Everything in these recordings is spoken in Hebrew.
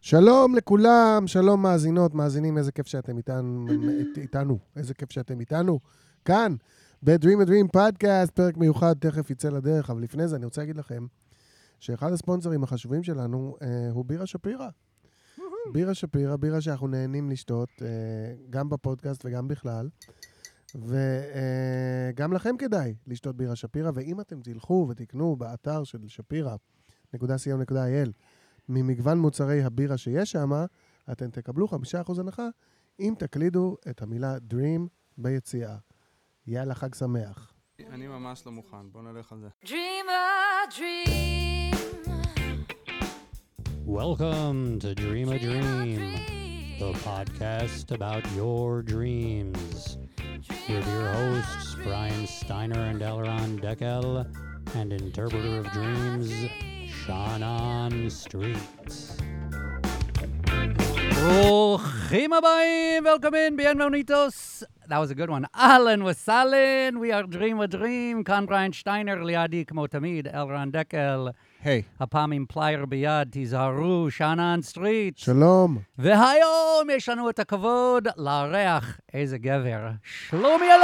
שלום לכולם, שלום מאזינות, מאזינים, איזה כיף שאתם איתנו, איזה כיף שאתם איתנו, כאן, ב-Dream a Dream פודקאסט, פרק מיוחד, תכף יצא לדרך, אבל לפני זה אני רוצה להגיד לכם, שאחד הספונסרים החשובים שלנו הוא בירה שפירא. בירה שפירא, בירה שאנחנו נהנים לשתות, גם בפודקאסט וגם בכלל, וגם לכם כדאי לשתות בירה שפירא, ואם אתם תלכו ותקנו באתר של שפירא.co.il, ממגוון מוצרי הבירה שיש שם, אתם תקבלו 5% הנחה, אם תקלידו את המילה Dream ביציאה. יאללה, חג שמח. אני ממש לא מוכן, בוא נלך על זה. Dream a dream. Welcome to Dream a Dream, the podcast about your dreams. With your hosts, Brian Steiner and Elron Deckel, and interpreter of dreams, Shannon Street. Bruchim abayim, welcome in, bienvenidos. That was a good one. Ahlan wa sahlan, we are Dream a Dream, כאן Brian Steiner, לידי כמו תמיד, אלרן דקל. היי. הפעם עם פלייר ביד, תיזהרו, שאנן סטריט. שלום. והיום יש לנו את הכבוד לארח איזה גבר, שלומי אלון!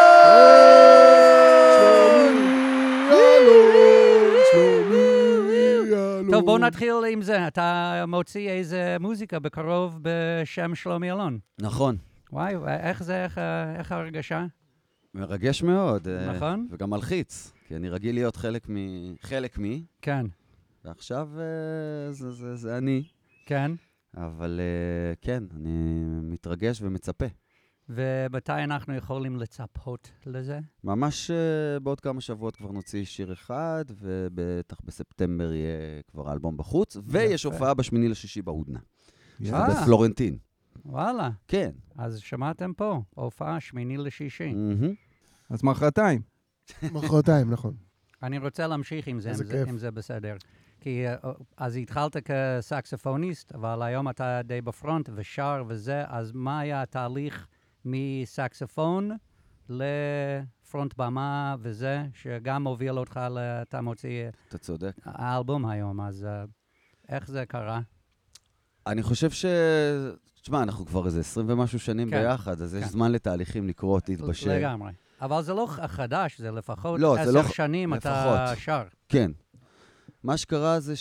טוב, בואו נתחיל עם זה. אתה מוציא איזה מוזיקה בקרוב בשם שלומי אלון. נכון. וואי, איך זה, איך הרגשה? מרגש מאוד. נכון. וגם מלחיץ, כי אני רגיל להיות חלק מי. כן. ועכשיו זה אני. כן. אבל כן, אני מתרגש ומצפה. ומתי אנחנו יכולים לצפות לזה? ממש בעוד כמה שבועות כבר נוציא שיר אחד, ובטח בספטמבר יהיה כבר האלבום בחוץ, ויש הופעה ב8/6 בהודנה. שזה בפלורנטין. וואלה. כן. אז שמעתם פה, הופעה 8/6. אז מחרתיים. מחרתיים, נכון. אני רוצה להמשיך עם זה, אם זה בסדר. כי אז התחלת כסקסופוניסט, אבל היום אתה די בפרונט ושר וזה, אז מה היה התהליך מסקסופון לפרונט במה וזה, שגם הוביל אותך אתה מוציא... אתה צודק. האלבום היום, אז איך זה קרה? אני חושב תשמע, אנחנו כבר איזה 20 ומשהו שנים ביחד, אז יש זמן לתהליכים לקרות, להתבשל. לגמרי. אבל זה לא חדש, זה לפחות 10 שנים אתה שר. כן. מה שקרה זה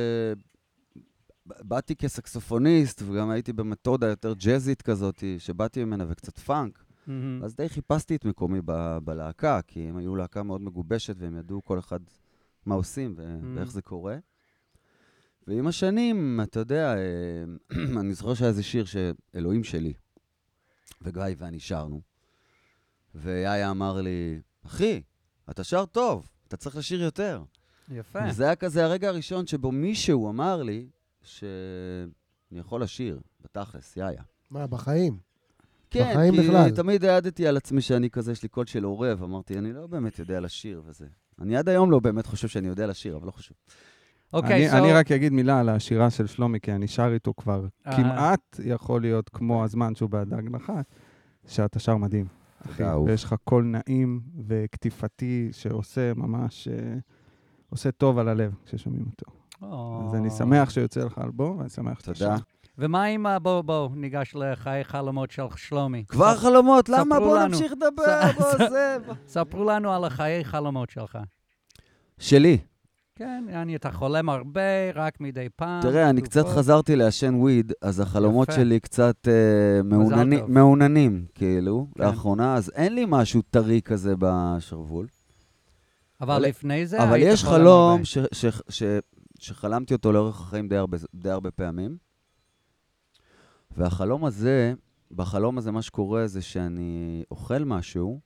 באתי כסקסופוניסט, וגם הייתי במתודה יותר ג'זית כזאת, שבאתי ממנה וקצת פאנק, אז די חיפשתי את מקומי בלהקה, כי הם היו להקה מאוד מגובשת, והם ידעו כל אחד מה עושים ואיך זה קורה. ועם השנים, אתה יודע, אני זוכר שהיה איזה שיר שאלוהים שלי, וגיא ואני שרנו, ויאיה אמר לי, אחי, אתה שר טוב, אתה צריך לשיר יותר. יפה. זה היה כזה הרגע הראשון שבו מישהו אמר לי שאני יכול לשיר, בתכלס, יאיה. מה, בחיים? כן, בחיים כי בכלל. תמיד העדתי על עצמי שאני כזה, יש לי קול של עורב, אמרתי, אני לא באמת יודע לשיר וזה. אני עד היום לא באמת חושב שאני יודע לשיר, אבל לא חושב. אני רק אגיד מילה על השירה של שלומי, כי אני שר איתו כבר כמעט יכול להיות כמו הזמן שהוא בהדג נחת, שאתה שר מדהים. אחי, ויש לך קול נעים וכתיפתי שעושה ממש, עושה טוב על הלב כששומעים אותו. אז אני שמח שיוצא לך אלבום, ואני שמח שאתה שר. תודה. ומה עם בוא ניגש לחיי חלומות של שלומי. כבר חלומות? למה? בוא נמשיך לדבר, בוא זה. ספרו לנו על החיי חלומות שלך. שלי. כן, אתה חולם הרבה, רק מדי פעם. תראה, אני קצת חזרתי לעשן וויד, אז החלומות שלי קצת מעוננים, כאילו, לאחרונה, אז אין לי משהו טרי כזה בשרוול. אבל לפני זה... אבל יש חלום שחלמתי אותו לאורך החיים די הרבה פעמים, והחלום הזה, בחלום הזה מה שקורה זה שאני אוכל משהו,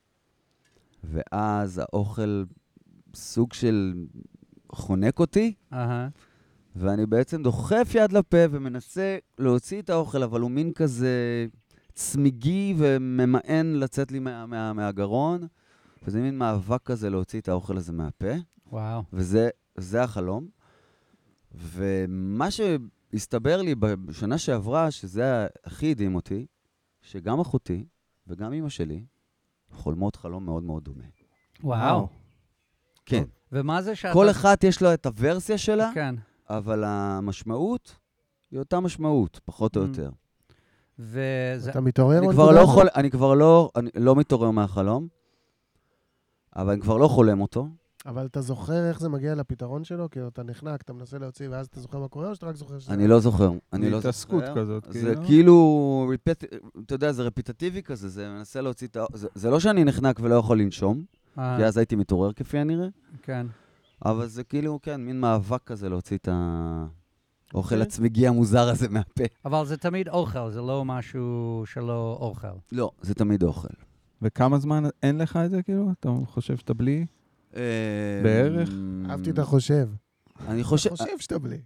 ואז האוכל סוג של חונק אותי, ואני בעצם דוחף יד לפה ומנסה להוציא את האוכל, אבל הוא מין כזה צמיגי וממאן לצאת לי מהגרון, וזה מין מאבק כזה להוציא את האוכל הזה מהפה. וואו. וזה החלום. ומה שהסתבר לי בשנה שעברה, שזה הכי הדהים אותי, שגם אחותי וגם אמא שלי חולמות חלום מאוד מאוד דומה. וואו. כן. ומה זה שאתה... כל אחת יש לו את הוורסיה שלה, כן. אבל המשמעות היא אותה משמעות, פחות או יותר. אתה מתעורר? אני כבר לא מתעורר מהחלום, אבל אני כבר לא חולם אותו. אבל אתה זוכר איך זה מגיע לפתרון שלו? כי אתה נחנק, אתה מנסה להוציא, ואז אתה זוכר מה קורה, או שאתה רק זוכר שזה... אני לא זוכר. התעסקות כזאת. זה כאילו, אתה יודע, זה רפיטטיבי כזה, זה מנסה להוציא את... זה לא שאני נחנק ולא יכול לנשום, כי אז הייתי מתעורר כפי הנראה. כן. אבל זה כאילו, כן, מין מאבק כזה להוציא את האוכל הצמיגי המוזר הזה מהפה. אבל זה תמיד אוכל, זה לא משהו שלא אוכל. לא, זה תמיד אוכל. וכמה זמן אין לך את זה, כאילו? אתה חושב שאתה בלי? בערך? אהבתי את החושב. אני חושב שאתה בלי.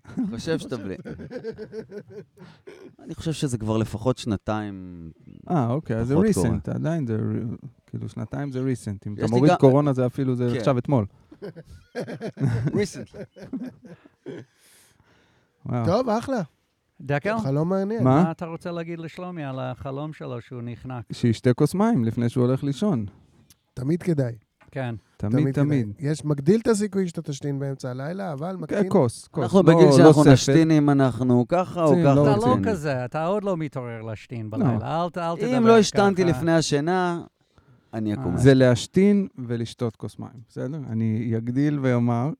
אני חושב שזה כבר לפחות שנתיים. אוקיי, אז זה ריסנט, עדיין זה, כאילו שנתיים זה ריסנט. אם אתה מוריד קורונה זה אפילו, זה עכשיו אתמול. ריסנט. טוב, אחלה. דקל? חלום מעניין. מה אתה רוצה להגיד לשלומי על החלום שלו שהוא נחנק? שישתה כוס מים לפני שהוא הולך לישון. תמיד כדאי. כן. תמיד. מגדיל את הסיכוי שאתה תשתין באמצע הלילה, אבל מקטין... כוס. אנחנו בגיל שאנחנו נשתין אם אנחנו ככה או ככה. אתה לא כזה, אתה עוד לא מתעורר להשתין בלילה. אל תדבר ככה. אם לא השתנתי לפני השינה, אני אקום. זה להשתין ולשתות כוס מים, בסדר? אני אגדיל ואומר...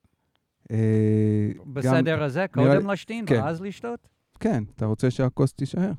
בסדר הזה, קודם להשתין ואז לשתות? כן, אתה רוצה שהכוס תישאר.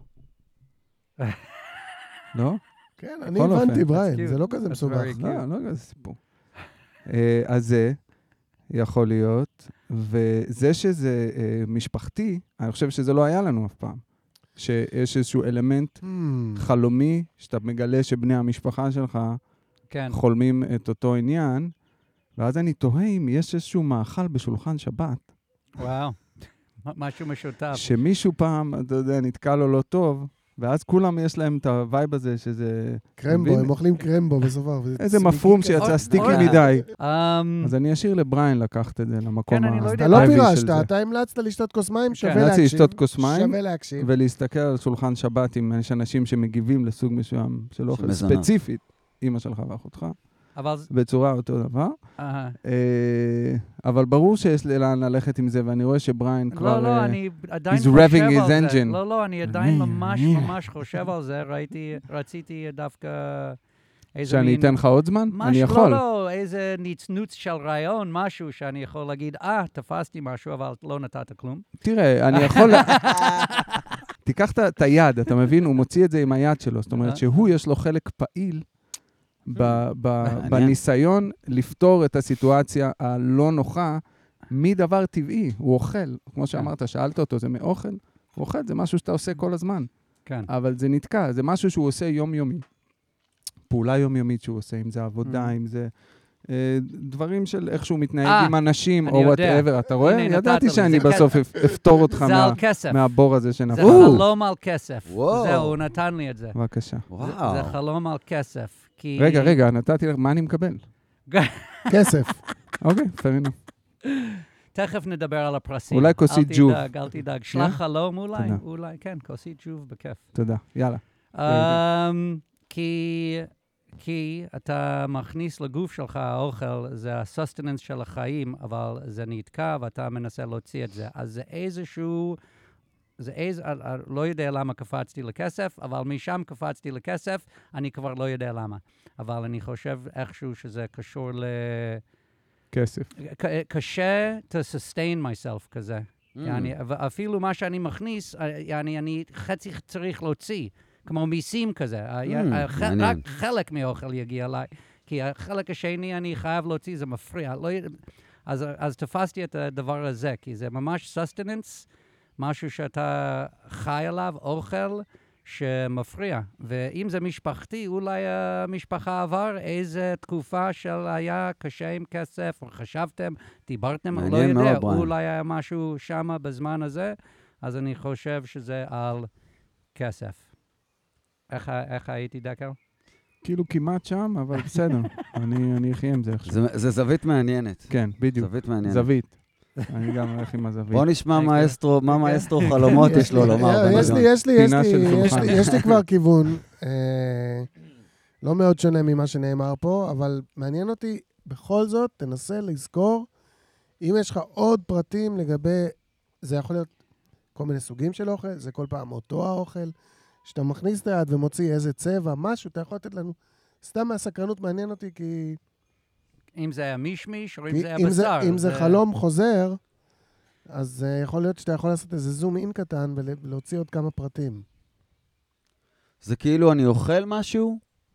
לא? כן, אני הבנתי, בריין, זה לא כזה מסובך. לא כזה סיפור. אז זה יכול להיות, וזה שזה משפחתי, אני חושב שזה לא היה לנו אף פעם. שיש איזשהו אלמנט חלומי, שאתה מגלה שבני המשפחה שלך חולמים את אותו עניין, ואז אני תוהה אם יש איזשהו מאכל בשולחן שבת. וואו, משהו משותף. שמישהו פעם, אתה יודע, נתקע לו לא טוב, ואז כולם יש להם את הווייב הזה שזה... קרמבו, הם אוכלים קרמבו בסופו. איזה מפרום שיצא סטיקי מדי. אז אני אשאיר לבריין לקחת את זה למקום ה... אתה לא פירשת, אתה המלצת לשתות כוס מים, שווה להקשיב. המלצתי לשתות כוס מים, שווה להקשיב. ולהסתכל על שולחן שבת, אם יש אנשים שמגיבים לסוג מסוים של אוכל, ספציפית, אמא שלך ואחותך. בצורה אותו דבר. אבל ברור שיש לי לאן ללכת עם זה, ואני רואה שבריין כבר... לא, אני עדיין חושב על זה. לא, אני עדיין ממש חושב על זה. רציתי דווקא... שאני אתן לך עוד זמן? אני יכול. לא, איזה ניצנוץ של רעיון, משהו שאני יכול להגיד, תפסתי משהו, אבל לא נתת כלום. תראה, אני יכול... תיקח את היד, אתה מבין? הוא מוציא את זה עם היד שלו. זאת אומרת שהוא יש לו חלק פעיל בניסיון לפתור את הסיטואציה הלא נוחה מדבר טבעי. הוא אוכל, כמו שאמרת, שאלת אותו, זה מאוכל? הוא אוכל, זה משהו שאתה עושה כל הזמן. כן. אבל זה נתקע, זה משהו שהוא עושה יומיומי. פעולה יומיומית שהוא עושה, אם זה עבודה, אם זה דברים של איך שהוא מתנהג עם אנשים, או whatever. אתה רואה? ידעתי שאני בסוף אפתור אותך מהבור הזה שנפל. זה חלום על כסף. זהו, הוא נתן לי את זה. בבקשה. זה חלום על כסף. רגע, נתתי לך, מה אני מקבל? כסף. אוקיי, fair enough. תכף נדבר על הפרסים. אולי כוסית ג'וב. אל תדאג. שלח חלום אולי, כן, כוסית ג'וב בכיף. תודה, יאללה. כי אתה מכניס לגוף שלך האוכל, זה הסוסטננס של החיים, אבל זה נתקע ואתה מנסה להוציא את זה. אז זה איזשהו... לא יודע למה קפצתי לכסף, אבל משם קפצתי לכסף, אני כבר לא יודע למה. אבל אני חושב איכשהו שזה קשור כסף. קשה to sustain myself כזה. אפילו מה שאני מכניס, אני חצי צריך להוציא, כמו מיסים כזה. רק חלק מאוכל יגיע אליי, כי החלק השני אני חייב להוציא, זה מפריע. אז תפסתי את הדבר הזה, כי זה ממש sustenance, משהו שאתה חי עליו, אוכל, שמפריע. ואם זה משפחתי, אולי המשפחה עבר איזו תקופה של היה קשה עם כסף, או חשבתם, דיברתם, לא יודע, אולי היה משהו שם בזמן הזה, אז אני חושב שזה על כסף. איך הייתי דקל? כאילו כמעט שם, אבל בסדר. אני אחיה עם זה עכשיו. זה זווית מעניינת. כן, בדיוק. זווית מעניינת. זווית. אני גם הולך עם הזווית. בוא נשמע מה מאסטרו חלומות יש לו לומר. יש לי כבר כיוון, לא מאוד שונה ממה שנאמר פה, אבל מעניין אותי, בכל זאת, תנסה לזכור, אם יש לך עוד פרטים לגבי, זה יכול להיות כל מיני סוגים של אוכל, זה כל פעם אותו האוכל. שאתה מכניס את היד ומוציא איזה צבע, משהו, אתה יכול לתת לנו... סתם מהסקרנות מעניין אותי, כי... אם זה היה מישמיש, או אם זה היה בשר. אם זה חלום חוזר, אז יכול להיות שאתה יכול לעשות איזה זום אין קטן ולהוציא עוד כמה פרטים. זה כאילו אני אוכל משהו,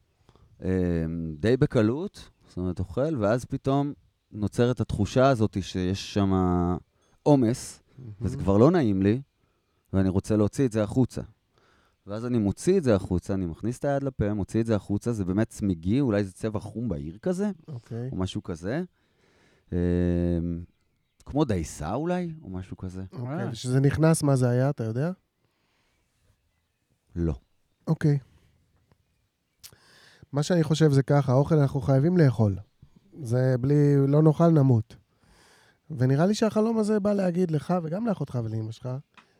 די בקלות, זאת אומרת אוכל, ואז פתאום נוצרת התחושה הזאת שיש שם עומס, וזה כבר לא נעים לי, ואני רוצה להוציא את זה החוצה. ואז אני מוציא את זה החוצה, אני מכניס את היד לפה, מוציא את זה החוצה, זה באמת צמיגי, אולי זה צבע חום בעיר כזה, או משהו כזה. כמו דייסה אולי, או משהו כזה. אוקיי, ושזה נכנס, מה זה היה, אתה יודע? לא. אוקיי. מה שאני חושב זה ככה, האוכל אנחנו חייבים לאכול. זה בלי, לא נאכל נמות. ונראה לי שהחלום הזה בא להגיד לך, וגם לאחותך ולאמא שלך,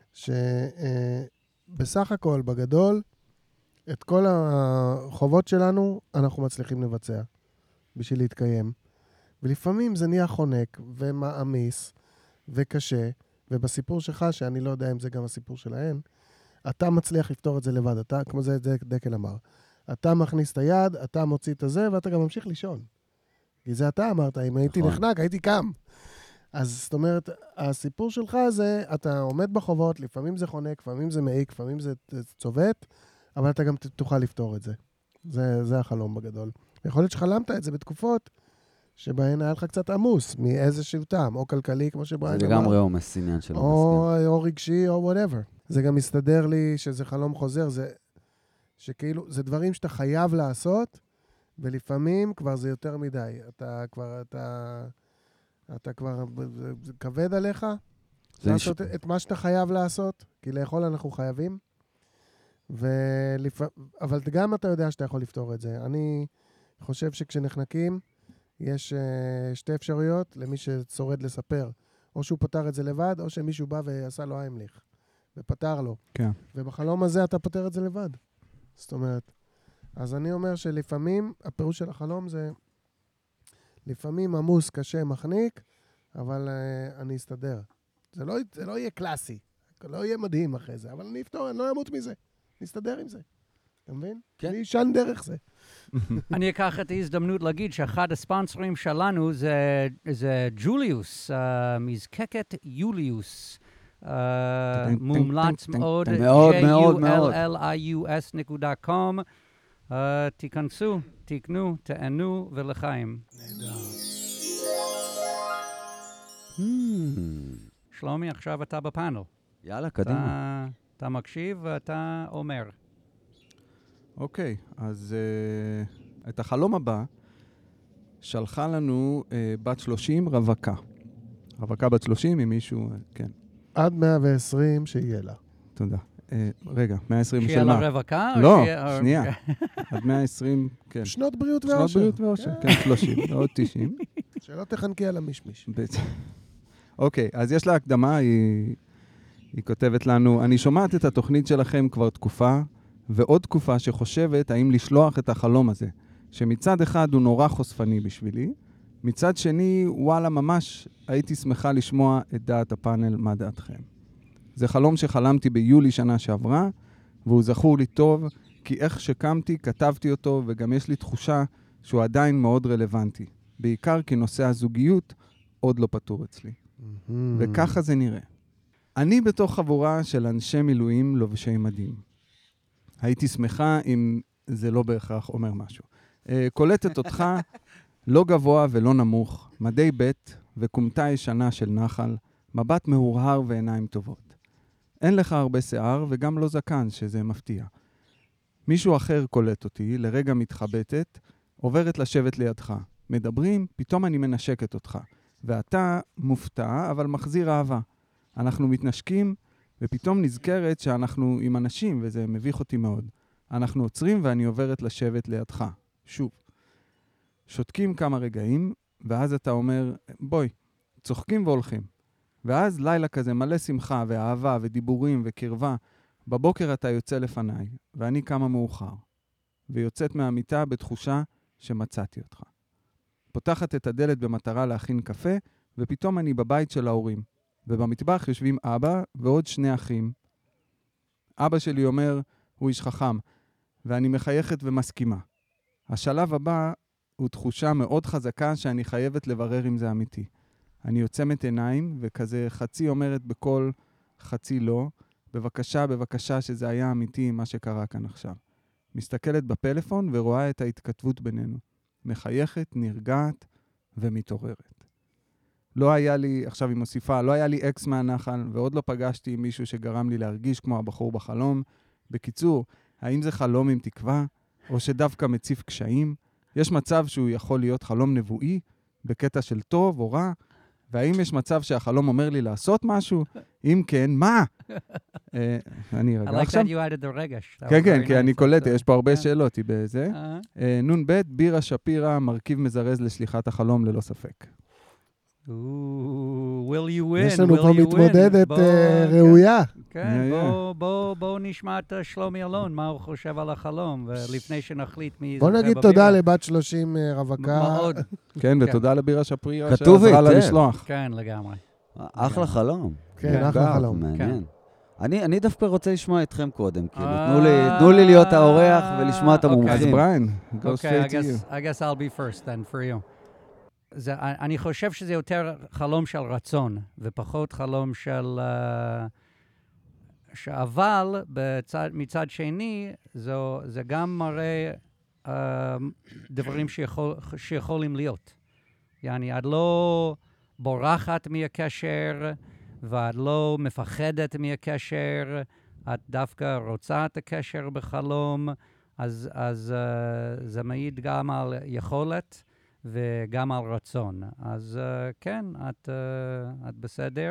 בסך הכל, בגדול, את כל החובות שלנו אנחנו מצליחים לבצע בשביל להתקיים. ולפעמים זה נהיה חונק ומעמיס וקשה, ובסיפור שלך, שאני לא יודע אם זה גם הסיפור שלהן, אתה מצליח לפתור את זה לבד, אתה, כמו זה דקל אמר. אתה מכניס את היד, אתה מוציא את הזה, ואתה גם ממשיך לישון. כי זה אתה אמרת, אם הייתי נחנק, הייתי קם. אז זאת אומרת, הסיפור שלך זה, אתה עומד בחובות, לפעמים זה חונק, לפעמים זה מעיק, לפעמים זה צובט, אבל אתה גם תוכל לפתור את זה. זה החלום בגדול. יכול להיות שחלמת את זה בתקופות שבהן היה לך קצת עמוס, מאיזשהו טעם, או כלכלי, כמו שבריין אמר. זה לגמרי עומס עניין של עומס. או רגשי, או whatever. זה גם מסתדר לי שזה חלום חוזר, זה שכאילו, זה דברים שאתה חייב לעשות, ולפעמים כבר זה יותר מדי. אתה כבר, זה כבד עליך, לעשות את מה שאתה חייב לעשות, כי לאכול אנחנו חייבים, אבל גם אתה יודע שאתה יכול לפתור את זה. אני חושב שכשנחנקים, יש שתי אפשרויות למי ששורד לספר, או שהוא פתר את זה לבד, או שמישהו בא ועשה לו איימליך, ופתר לו. כן. ובחלום הזה אתה פתר את זה לבד. זאת אומרת, אז אני אומר שלפעמים, הפירוש של החלום זה, לפעמים עמוס, קשה, מחניק, אבל אני אסתדר. זה לא יהיה קלאסי, לא יהיה מדהים אחרי זה, אבל אני אפתור, אני לא אמות מזה. אני אסתדר עם זה. אתה מבין? כן. אני אשן דרך זה. אני אקח את ההזדמנות להגיד שאחד הספונסרים שלנו זה ג'וליוס, מזקקת יוליוס. מומלץ מאוד, jullius.com. תיכנסו, תקנו, תענו ולחיים. נהדר. שלומי, עכשיו אתה בפאנל. יאללה, קדימה. אתה מקשיב ואתה אומר. אוקיי, אז את החלום הבא שלחה לנו בת 30 רווקה. רווקה בת 30 עם מישהו, כן. עד 120 שיהיה לה. תודה. רגע, 120 של מה? שיהיה לה רווקה? לא, שנייה. עד 120, כן. שנות בריאות ואושר. שנות בריאות ואושר, כן, 30, ועוד 90. שלא תחנקי על המשמיש. אוקיי, אז יש לה הקדמה, היא כותבת לנו, אני שומעת את התוכנית שלכם כבר תקופה, ועוד תקופה שחושבת האם לשלוח את החלום הזה, שמצד אחד הוא נורא חושפני בשבילי, מצד שני, וואלה, ממש הייתי שמחה לשמוע את דעת הפאנל, מה דעתכם. זה חלום שחלמתי ביולי שנה שעברה, והוא זכור לי טוב, כי איך שקמתי, כתבתי אותו, וגם יש לי תחושה שהוא עדיין מאוד רלוונטי. בעיקר כי נושא הזוגיות עוד לא פתור אצלי. וככה זה נראה. אני בתוך חבורה של אנשי מילואים לובשי מדים. הייתי שמחה אם זה לא בהכרח אומר משהו. קולטת אותך לא גבוה ולא נמוך, מדי בית וקומתה ישנה של נחל, מבט מהורהר ועיניים טובות. אין לך הרבה שיער וגם לא זקן, שזה מפתיע. מישהו אחר קולט אותי, לרגע מתחבטת, עוברת לשבת לידך. מדברים, פתאום אני מנשקת אותך. ואתה מופתע, אבל מחזיר אהבה. אנחנו מתנשקים, ופתאום נזכרת שאנחנו עם אנשים, וזה מביך אותי מאוד. אנחנו עוצרים ואני עוברת לשבת לידך. שוב. שותקים כמה רגעים, ואז אתה אומר, בואי, צוחקים והולכים. ואז לילה כזה מלא שמחה ואהבה ודיבורים וקרבה. בבוקר אתה יוצא לפניי, ואני קמה מאוחר. ויוצאת מהמיטה בתחושה שמצאתי אותך. פותחת את הדלת במטרה להכין קפה, ופתאום אני בבית של ההורים. ובמטבח יושבים אבא ועוד 2 אחים. אבא שלי אומר, הוא איש חכם, ואני מחייכת ומסכימה. השלב הבא הוא תחושה מאוד חזקה שאני חייבת לברר אם זה אמיתי. אני יוצמת עיניים, וכזה חצי אומרת בכל, חצי לא, בבקשה, בבקשה שזה היה אמיתי מה שקרה כאן עכשיו. מסתכלת בפלאפון ורואה את ההתכתבות בינינו. מחייכת, נרגעת ומתעוררת. לא היה לי, עכשיו היא מוסיפה, לא היה לי אקס מהנחל, ועוד לא פגשתי מישהו שגרם לי להרגיש כמו הבחור בחלום. בקיצור, האם זה חלום עם תקווה, או שדווקא מציף קשיים? יש מצב שהוא יכול להיות חלום נבואי, בקטע של טוב או רע, והאם יש מצב שהחלום אומר לי לעשות משהו? אם כן, מה? אני רגע עכשיו. I like that you added the רגש. כן, כן, כי אני קולט, יש פה הרבה שאלות, היא בזה. נון ב', בירה שפירה, מרכיב מזרז לשליחת החלום ללא ספק. will you win? יש לנו פה מתמודדת ראויה. כן, בואו נשמע את שלומי אלון, מה הוא חושב על החלום, ולפני שנחליט מי... בוא נגיד תודה לבת 30 רווקה. מאוד. כן, ותודה לבירה שפירה שעזרה לה לשלוח. כן, לגמרי. אחלה חלום. כן, אחלה חלום. מעניין. אני דווקא רוצה לשמוע אתכם קודם, כאילו, תנו לי להיות האורח ולשמוע את המומחים. אז בריין, go Okay, straight to you. I guess I'll be first then for you. אני חושב שזה יותר חלום של רצון, ופחות חלום של... אבל מצד שני, זה גם מראה דברים שיכולים להיות. יעני, את לא בורחת מהקשר, ואת לא מפחדת מהקשר, את דווקא רוצה את הקשר בחלום, אז זה מעיד גם על יכולת וגם על רצון. אז כן, את בסדר,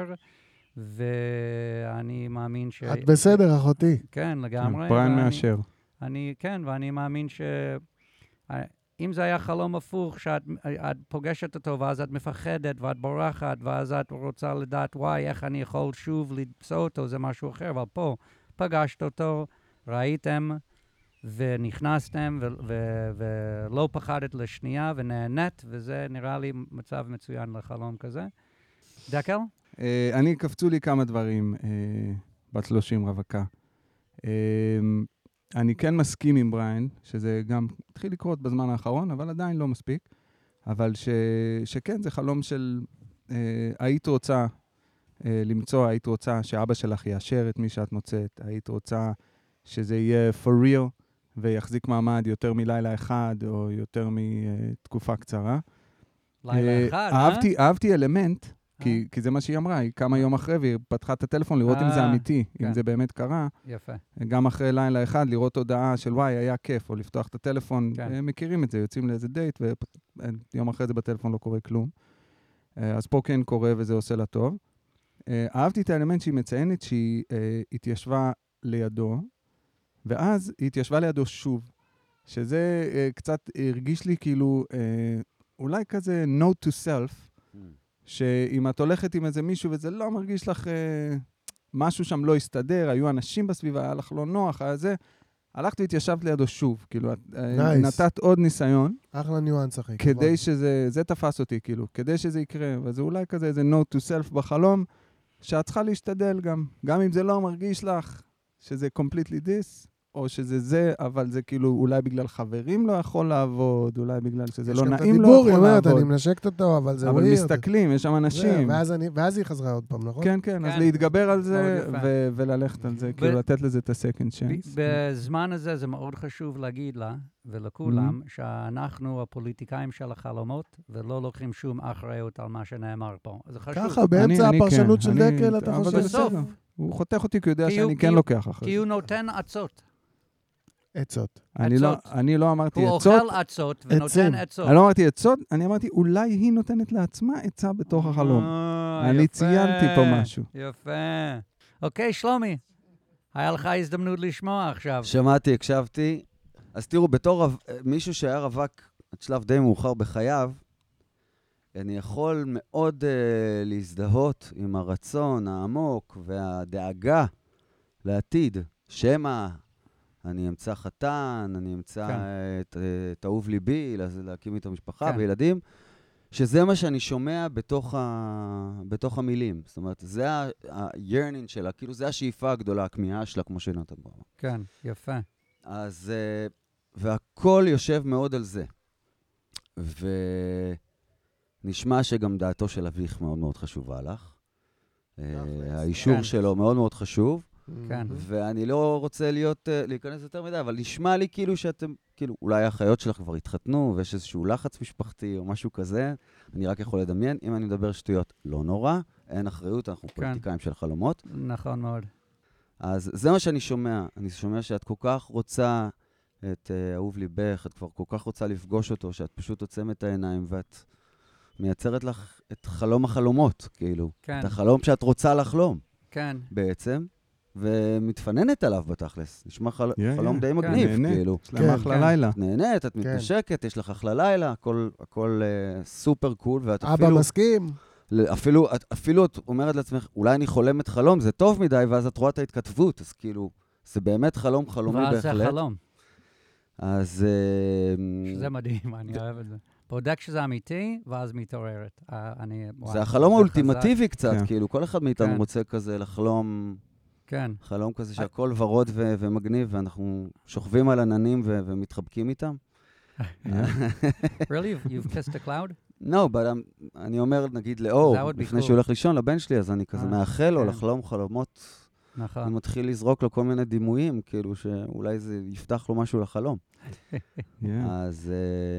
ואני מאמין ש... את בסדר, אחותי. כן, לגמרי. בריין מאשר. כן, ואני מאמין ש... אם זה היה חלום הפוך, שאת פוגשת אותו, ואז את מפחדת, ואת בורחת, ואז את רוצה לדעת, וואי, איך אני יכול שוב למצוא אותו, זה משהו אחר, אבל פה פגשת אותו, ראיתם, ונכנסתם, ולא פחדת לשנייה, ונהנית, וזה נראה לי מצב מצוין לחלום כזה. דקל? אני קפצו לי כמה דברים, בת 30 רווקה. אני כן מסכים עם בריין, שזה גם התחיל לקרות בזמן האחרון, אבל עדיין לא מספיק. אבל שכן, זה חלום של היית רוצה למצוא, היית רוצה שאבא שלך יאשר את מי שאת מוצאת, היית רוצה שזה יהיה for real, ויחזיק מעמד יותר מלילה אחד, או יותר מתקופה קצרה. לילה אחד, אהבתי אלמנט, כי זה מה שהיא אמרה, היא קמה יום אחרי, והיא פתחה את הטלפון לראות אם זה אמיתי, אם זה באמת קרה. יפה. גם אחרי לילה אחד, לראות הודעה של וואי, היה כיף, או לפתוח את הטלפון, מכירים את זה, יוצאים לאיזה דייט, ויום אחרי זה בטלפון לא קורה כלום. אז פה כן קורה, וזה עושה לה טוב. אהבתי את האלמנט שהיא מציינת, שהיא התיישבה לידו, ואז היא התיישבה לידו שוב, שזה קצת הרגיש לי כאילו, אולי כזה note to self, שאם את הולכת עם איזה מישהו וזה לא מרגיש לך משהו שם לא הסתדר, היו אנשים בסביבה, היה לך לא נוח, היה זה, הלכת והתיישבת לידו שוב, כאילו, נתת עוד ניסיון. אחלה ניואנס, אחי. כדי שזה, זה תפס אותי, כאילו, כדי שזה יקרה, וזה אולי כזה איזה note to self בחלום, שאת צריכה להשתדל גם אם זה לא מרגיש לך שזה completely this, או שזה זה, אבל זה כאילו אולי בגלל חברים לא יכול לעבוד, אולי בגלל שזה לא נעים לא יכול לעבוד. אני מנשקת אותו, אבל זה ווירד. אבל מסתכלים, יש שם אנשים. ואז היא חזרה עוד פעם, נכון? כן, כן, אז להתגבר על זה וללכת על זה, כאילו לתת לזה את ה-second chance. בזמן הזה זה מאוד חשוב להגיד לה ולכולם, שאנחנו הפוליטיקאים של החלומות, ולא לוקחים שום אחריות על מה שנאמר פה. זה חשוב. ככה, באמצע הפרשנות של דקל, אתה חושב? בסוף. הוא חותך אותי כי הוא יודע שאני כן לוקח אחריות. כי הוא נותן עצות. עצות. אני לא אמרתי עצות. הוא אוכל עצות ונותן עצות. אני לא אמרתי עצות, אני אמרתי אולי היא נותנת לעצמה עצה בתוך החלום. אני ציינתי פה משהו. יפה. אוקיי, שלומי, היה לך הזדמנות לשמוע עכשיו. שמעתי, הקשבתי. אז תראו, בתור מישהו שהיה רווק עד שלב די מאוחר בחייו, אני יכול מאוד להזדהות עם הרצון העמוק והדאגה לעתיד, שמה אני אמצא חתן, אני אמצא את אהוב ליבי, להקים איתו משפחה וילדים, שזה מה שאני שומע בתוך המילים. זאת אומרת, זה ה-yearning שלה, כאילו זה השאיפה הגדולה, הכמיהה שלה, כמו שנתן בו. כן, יפה. אז, והכל יושב מאוד על זה. ונשמע שגם דעתו של אביך מאוד מאוד חשובה לך. האישור שלו מאוד מאוד חשוב. כן. ואני לא רוצה להיכנס יותר מדי, אבל נשמע לי כאילו שאתם, כאילו, אולי האחיות שלך כבר התחתנו, ויש איזשהו לחץ משפחתי או משהו כזה. אני רק יכול לדמיין, אם אני מדבר שטויות, לא נורא, אין אחריות, אנחנו פוליטיקאים של חלומות. נכון מאוד. אז זה מה שאני שומע. אני שומע שאת כל כך רוצה את אהוב ליבך, את כבר כל כך רוצה לפגוש אותו, שאת פשוט עוצמת העיניים, ואת מייצרת לך את חלום החלומות, כאילו. כן. את החלום שאת רוצה לחלום. כן. בעצם. ומתפננת עליו בתכלס. נשמע חלום די מגניב, כאילו. יש להם אחלה לילה. את נהנית, את מתנשקת, יש לך אחלה לילה, הכל סופר קול, ואת אבא מסכים. אפילו את אומרת לעצמך, אולי אני חולמת חלום, זה טוב מדי, ואז את רואה את ההתכתבות, אז כאילו, זה באמת חלומי בהחלט. ואז זה חלום. אז... שזה מדהים, אני אוהב את זה. בודק שזה אמיתי, ואז מתעוררת. זה החלום האולטימטיבי קצת, כאילו, כל אחד מאיתנו רוצה כזה לחלום... כן. חלום כזה שהכל ורוד ומגניב, ואנחנו שוכבים על עננים ומתחבקים איתם. Really? You've kissed a cloud? No, but אני אומר, נגיד, לאור, לפני שהוא הולך לישון לבן שלי, אז אני כזה מאחל לו לחלום חלומות. נכון. אני מתחיל לזרוק לו כל מיני דימויים, כאילו שאולי זה יפתח לו משהו לחלום. אז...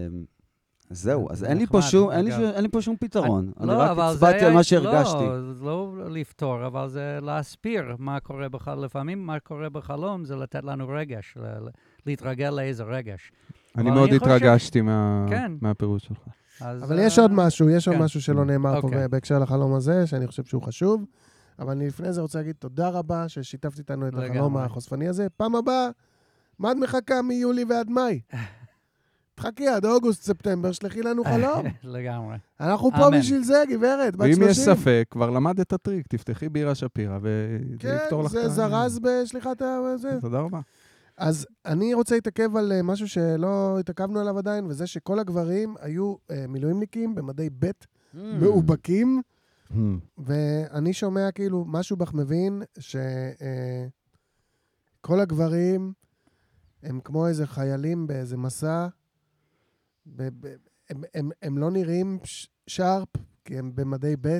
זהו, אז אין לי פה שום פתרון. אני רק הצבעתי על מה שהרגשתי. לא, זה לא לפתור, אבל זה להסביר מה קורה בחלום. לפעמים מה קורה בחלום זה לתת לנו רגש, להתרגל לאיזה רגש. אני מאוד התרגשתי מהפירוש שלך. אבל יש עוד משהו שלא נאמר פה בהקשר לחלום הזה, שאני חושב שהוא חשוב, אבל אני לפני זה רוצה להגיד תודה רבה ששיתפתי איתנו את החלום החושפני הזה. פעם הבאה, מה את מחכה מיולי ועד מאי? תחכי עד אוגוסט, ספטמבר, שלחי לנו חלום. לגמרי. אנחנו פה בשביל זה, גברת, בת 30. ואם יש ספק, כבר למד את הטריק, תפתחי בירה שפירה, וזה יפתור לך. כן, זה זרז בשליחת זה. תודה רבה. אז אני רוצה להתעכב על משהו שלא התעכבנו עליו עדיין, וזה שכל הגברים היו מילואימניקים במדי ב' מאובקים, ואני שומע כאילו משהו בך מבין שכל הגברים הם כמו איזה חיילים באיזה מסע, הם לא נראים שרפ, כי הם במדי ב'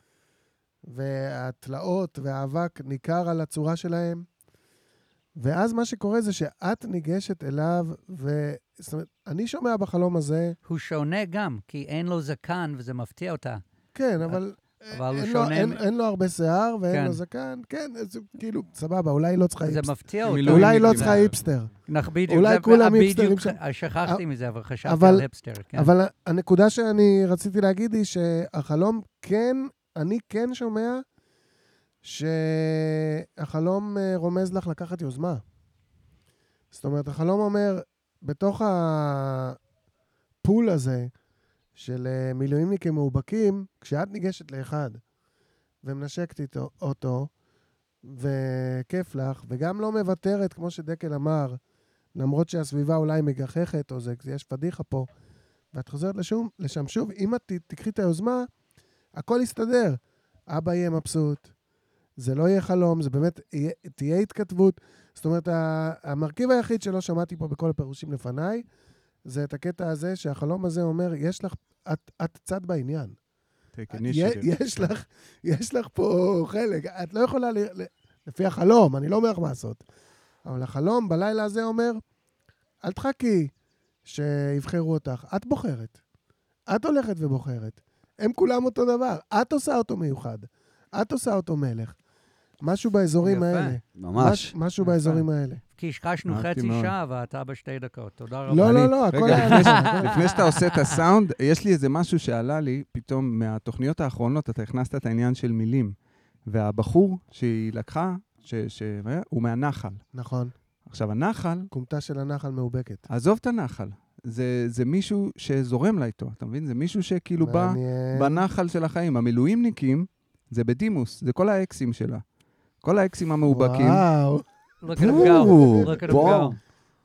והתלאות והאבק ניכר על הצורה שלהם, ואז מה שקורה זה שאת ניגשת אליו, זאת אומרת, אני שומע בחלום הזה... הוא שונה גם, כי אין לו זקן וזה מפתיע אותה. כן, אבל אין לו הרבה שיער ואין לו זקן. כן, זה כאילו, סבבה, אולי לא צריכה היפסטר. זה מפתיע אותה. אולי לא צריכה היפסטר. אולי כולם היפסטרים. שכחתי מזה, אבל חשבתי על היפסטר. אבל הנקודה שאני רציתי להגיד היא שהחלום כן, אני כן שומע שהחלום רומז לך לקחת יוזמה. זאת אומרת, החלום אומר, בתוך הפול הזה של מילואימניקים מאובקים, כשאת ניגשת לאחד ומנשקת אותו, וכיף לך, וגם לא מוותרת, כמו שדקל אמר, למרות שהסביבה אולי מגחכת, או זה, יש פדיחה פה, ואת חוזרת לשם שוב, אם את תקחי את היוזמה, הכל יסתדר. אבא יהיה מבסוט, זה לא יהיה חלום, זה באמת תהיה התכתבות. זאת אומרת, המרכיב היחיד שלא שמעתי פה בכל הפירושים לפניי, זה את הקטע הזה שהחלום הזה אומר, יש לך, את צד בעניין. יש לך פה חלק, את לא יכולה, לפי החלום, אני לא אומר לך מה לעשות, אבל החלום בלילה הזה אומר, אל תחכי שיבחרו אותך, את בוחרת. את הולכת ובוחרת. הם כולם אותו דבר, את עושה אותו מיוחד. את עושה אותו מלך. משהו באזורים האלה. ממש. משהו באזורים האלה. כי השקשנו חצי שעה ואתה בשתי דקות. תודה רבה. לא, הכל היה. לפני שאתה עושה את הסאונד, יש לי איזה משהו שעלה לי, פתאום מהתוכניות האחרונות, אתה הכנסת את העניין של מילים. והבחור שהיא לקחה, הוא מהנחל. נכון. עכשיו, הנחל... קומתה של הנחל מאובקת. עזוב את הנחל. זה מישהו שזורם לה איתו, אתה מבין? זה מישהו שכאילו בא בנחל של החיים. המילואימניקים, זה בדימוס, זה כל האקסים שלה. כל האקסים המאובקים. וואו. Look at him go.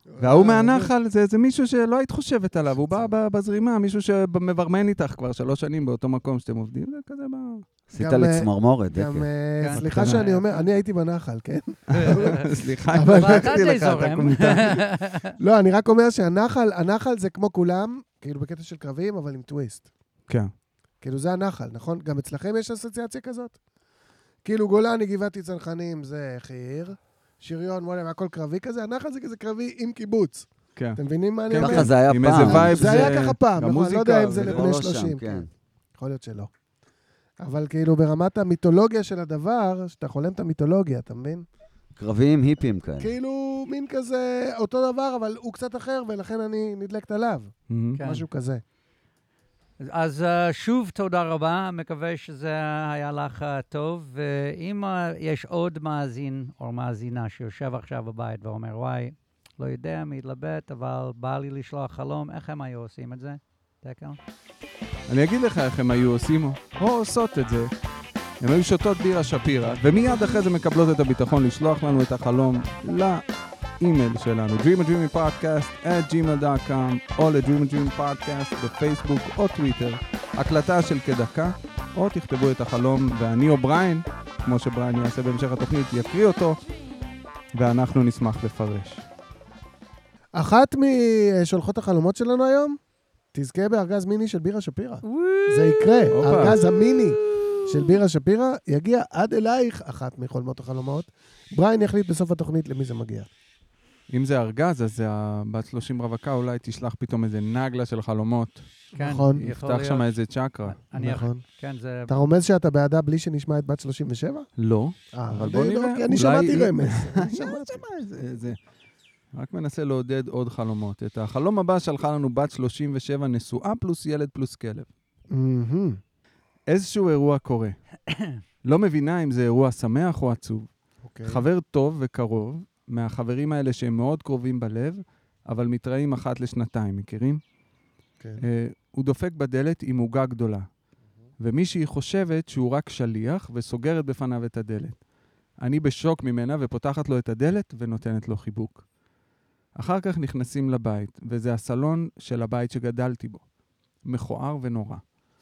והוא מהנחל, זה מישהו שלא היית חושבת עליו, הוא בא בזרימה, מישהו שמברמן איתך כבר 3 שנים באותו מקום שאתם עובדים, זה כזה בא... עשית לי צמרמורת, דקה. גם, סליחה שאני אומר, אני הייתי בנחל, כן? סליחה, אבל אתה די זורם. לא, אני רק אומר שהנחל זה כמו כולם, כאילו בקטע של קרבים, אבל עם טוויסט. כן. כאילו זה הנחל, נכון? גם אצלכם יש אסוציאציה כזאת? כאילו גולני, גבעתי צנחנים, זה חיר, שריון, וואלה, הכל קרבי כזה, הנחל זה כזה קרבי עם קיבוץ. כן. אתם מבינים מה אני אומר? ככה זה היה עם פעם. איזה וייב זה היה ככה פעם, נכון? לא יודע אם זה זה לבני לא 30. שם, כן. יכול להיות שלא. אבל כאילו ברמת המיתולוגיה של הדבר, שאתה חולם את המיתולוגיה, אתה מבין? קרביים היפים כאלה. כאילו מין כזה אותו דבר, אבל הוא קצת אחר, ולכן אני נדלקת עליו. כן. משהו כזה. אז שוב תודה רבה, מקווה שזה היה לך טוב, ואם יש עוד מאזין או מאזינה שיושב עכשיו בבית ואומר, וואי, לא יודע, מתלבט, אבל בא לי לשלוח חלום, איך הם היו עושים את זה? דקל? אני אגיד לך איך הם היו עושים או עושות את זה. הם היו שותות בירה שפירה, ומיד אחרי זה מקבלות את הביטחון לשלוח לנו את החלום לאימייל שלנו, dreamadreamingpodcast@gmail.com, או ל-dreamadreamingpodcast בפייסבוק או טוויטר, הקלטה של כדקה, או תכתבו את החלום, ואני או בריין, כמו שבריין יעשה בהמשך התוכנית, יקריא אותו, ואנחנו נשמח לפרש. אחת משולחות החלומות שלנו היום, תזכה בארגז מיני של בירה שפירה. זה יקרה, הארגז המיני של בירה שפירה יגיע עד אלייך, אחת מחולמות החלומות. בריין יחליט בסוף התוכנית למי זה מגיע. אם זה ארגז, אז הבת 30 רווקה אולי תשלח פתאום איזה נגלה של חלומות. נכון. יפתח שם איזה צ'קרה. נכון. כן, זה... אתה רומז שאתה בעדה בלי שנשמע את בת 37? לא, אבל בוא נראה. אני שמעתי רמז. רק מנסה לעודד עוד חלומות. את החלום הבא שלחה לנו בת 37, נשואה פלוס ילד פלוס כלב. איזשהו אירוע קורה. לא מבינה אם זה אירוע שמח או עצוב. חבר טוב וקרוב, מהחברים האלה שהם מאוד קרובים בלב, אבל מתראים אחת לשנתיים, מכירים? כן. הוא דופק בדלת עם עוגה גדולה, ומישהי חושבת שהוא רק שליח וסוגרת בפניו את הדלת. אני בשוק ממנה ופותחת לו את הדלת ונותנת לו חיבוק. אחר כך נכנסים לבית, וזה הסלון של הבית שגדלתי בו. מכוער ונורא.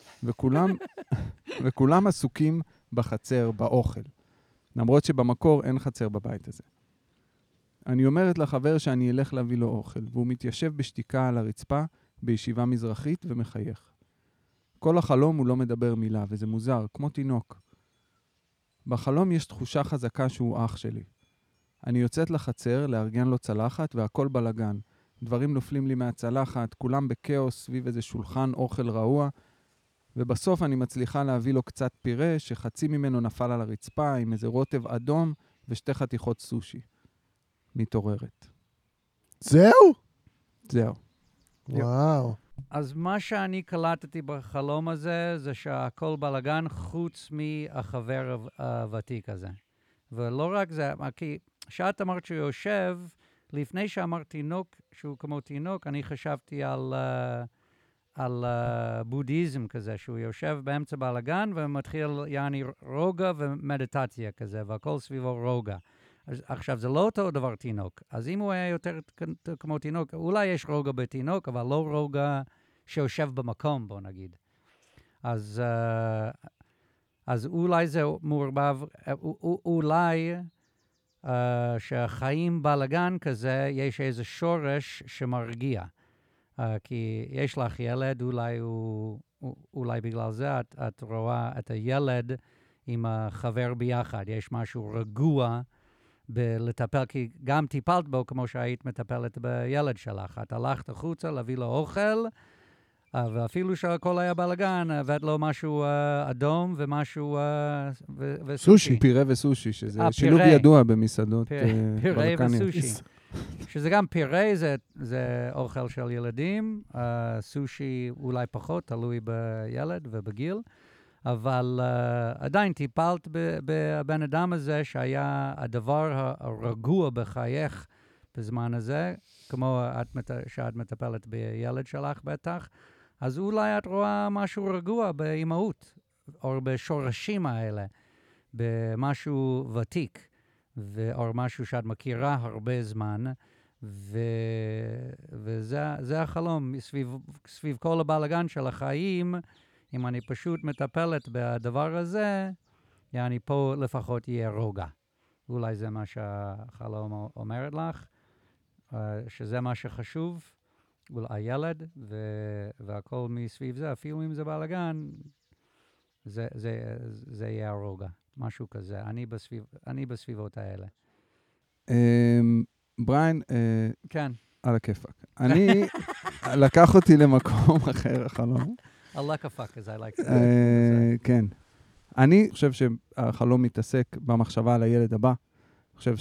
וכולם עסוקים בחצר, באוכל. למרות שבמקור אין חצר בבית הזה. אני אומרת לחבר שאני אלך להביא לו אוכל, והוא מתיישב בשתיקה על הרצפה, בישיבה מזרחית ומחייך. כל החלום הוא לא מדבר מילה, וזה מוזר, כמו תינוק. בחלום יש תחושה חזקה שהוא אח שלי. אני יוצאת לחצר, לארגן לו צלחת, והכל בלגן. דברים נופלים לי מהצלחת, כולם בקאוס סביב איזה שולחן אוכל רעוע, ובסוף אני מצליחה להביא לו קצת פירה, שחצי ממנו נפל על הרצפה, עם איזה רוטב אדום, ושתי חתיכות סושי. מתעוררת. זהו? זהו. וואו. אז מה שאני קלטתי בחלום הזה, זה שהכל בלגן חוץ מהחבר הוותיק הזה. ולא רק זה, כי שאת אמרת שהוא יושב, לפני שאמרת תינוק, שהוא כמו תינוק, אני חשבתי על בודהיזם כזה, שהוא יושב באמצע בלגן ומתחיל יעני רוגע ומדיטציה כזה, והכל סביבו רוגע. עכשיו, זה לא אותו דבר תינוק. אז אם הוא היה יותר כמו תינוק, אולי יש רוגע בתינוק, אבל לא רוגע שיושב במקום, בוא נגיד. אז אולי זה מעורבב, אולי שהחיים בלגן כזה, יש איזה שורש שמרגיע. כי יש לך ילד, אולי בגלל זה את רואה את הילד עם החבר ביחד. יש משהו רגוע בלטפל, כי גם טיפלת בו כמו שהיית מטפלת בילד שלך. את הלכת החוצה להביא לו אוכל, ואפילו שהכל היה בלגן, הבאת לו משהו אדום ומשהו וסושי. פירה וסושי, שזה שילוב ידוע במסעדות בלקניות. פירה וסושי. שזה גם פירה, זה אוכל של ילדים, סושי אולי פחות, תלוי בילד ובגיל, אבל עדיין טיפלת בבן אדם הזה שהיה הדבר הרגוע בחייך בזמן הזה, כמו שאת מטפלת בילד שלך בטח, אז אולי את רואה משהו רגוע באימהות, או בשורשים האלה, במשהו ותיק, או משהו שאת מכירה הרבה זמן, וזה החלום, סביב כל הבלגן של החיים, אם אני פשוט מטפלת בדבר הזה, יעני פה לפחות יהיה רוגע. אולי זה מה שהחלום אומרת לך, שזה מה שחשוב, אולי הילד, והכל מסביב זה, אפילו אם זה בלגן, זה יהיה הרוגע, משהו כזה. אני בסביבות האלה. בריין, כן. על הכיפק. אני, לקח אותי למקום אחר, החלום. על הכיפק, as I like to say. כן. אני חושב שהחלום מתעסק במחשבה על הילד הבא. אני חושב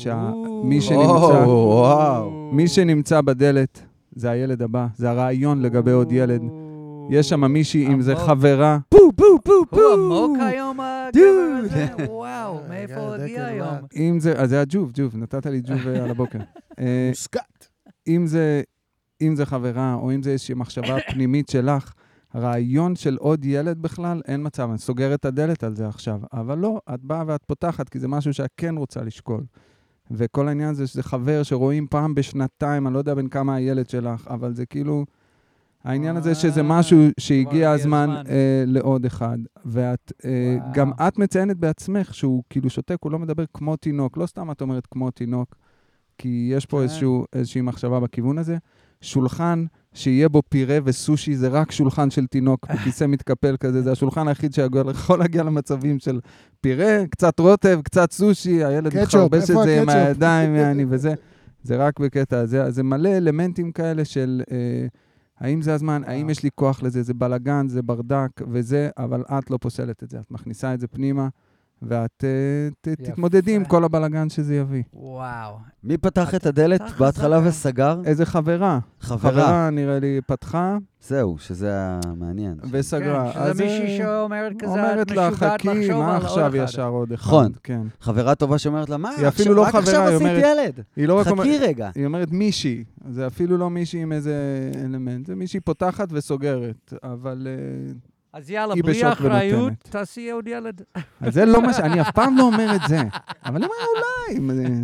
מי שנמצא בדלת, זה הילד הבא, זה הרעיון לגבי עוד ילד. יש שם מישהי, אם זה חברה. הוא עמוק היום הגבר הזה? וואו, מאיפה הגיע היום? אם זה, אז זה הג'וב, נתת לי ג'וב על הבוקר. מוסקט. אם זה חברה, או אם זה איזושהי מחשבה פנימית שלך, הרעיון של עוד ילד בכלל, אין מצב, אני סוגר את הדלת על זה עכשיו. אבל לא, את באה ואת פותחת, כי זה משהו שאת כן רוצה לשקול. וכל העניין זה שזה חבר שרואים פעם בשנתיים, אני לא יודע בין כמה הילד שלך, אבל זה כאילו, העניין הזה שזה משהו שהגיע הזמן לעוד אחד. גם את מציינת בעצמך שהוא כאילו שותק, הוא לא מדבר כמו תינוק, לא סתם את אומרת כמו תינוק, כי יש פה איזושהי מחשבה בכיוון הזה. שולחן שיהיה בו פירה וסושי, זה רק שולחן של תינוק, בכיסא מתקפל כזה, זה השולחן היחיד שיכול להגיע למצבים של פירה, קצת רוטב, קצת סושי, הילד מחרבש את זה עם הידיים, וזה, זה רק בקטע, זה מלא אלמנטים כאלה של, האם זה הזמן, האם יש לי כוח לזה, זה בלגן, זה ברדק וזה, אבל את לא פוסלת את זה, את מכניסה את זה פנימה, ואת תתמודדי עם כל הבלגן שזה יביא. וואו. מי פתח את הדלת בהתחלה וסגר? איזה חברה. חברה נראה לי פתחה. זהו, שזה המעניין. וסגרה. שזה מישהי שאומרת כזה, אומרת לה, חכי, מה עכשיו ישר עוד אחד? נכון. כן. חברה טובה שאומרת לה, מה? היא אפילו לא חברה, היא אומרת... חכי רגע. היא אומרת מישהי. זה אפילו לא מישהי עם איזה אלמנט. זה מישהי פותחת וסוגרת. אבל... אז יאללה, בלי אחריות, תעשי עוד ילד. אז זה לא מה אני אף פעם לא אומר את זה. אבל אני אומר, אולי.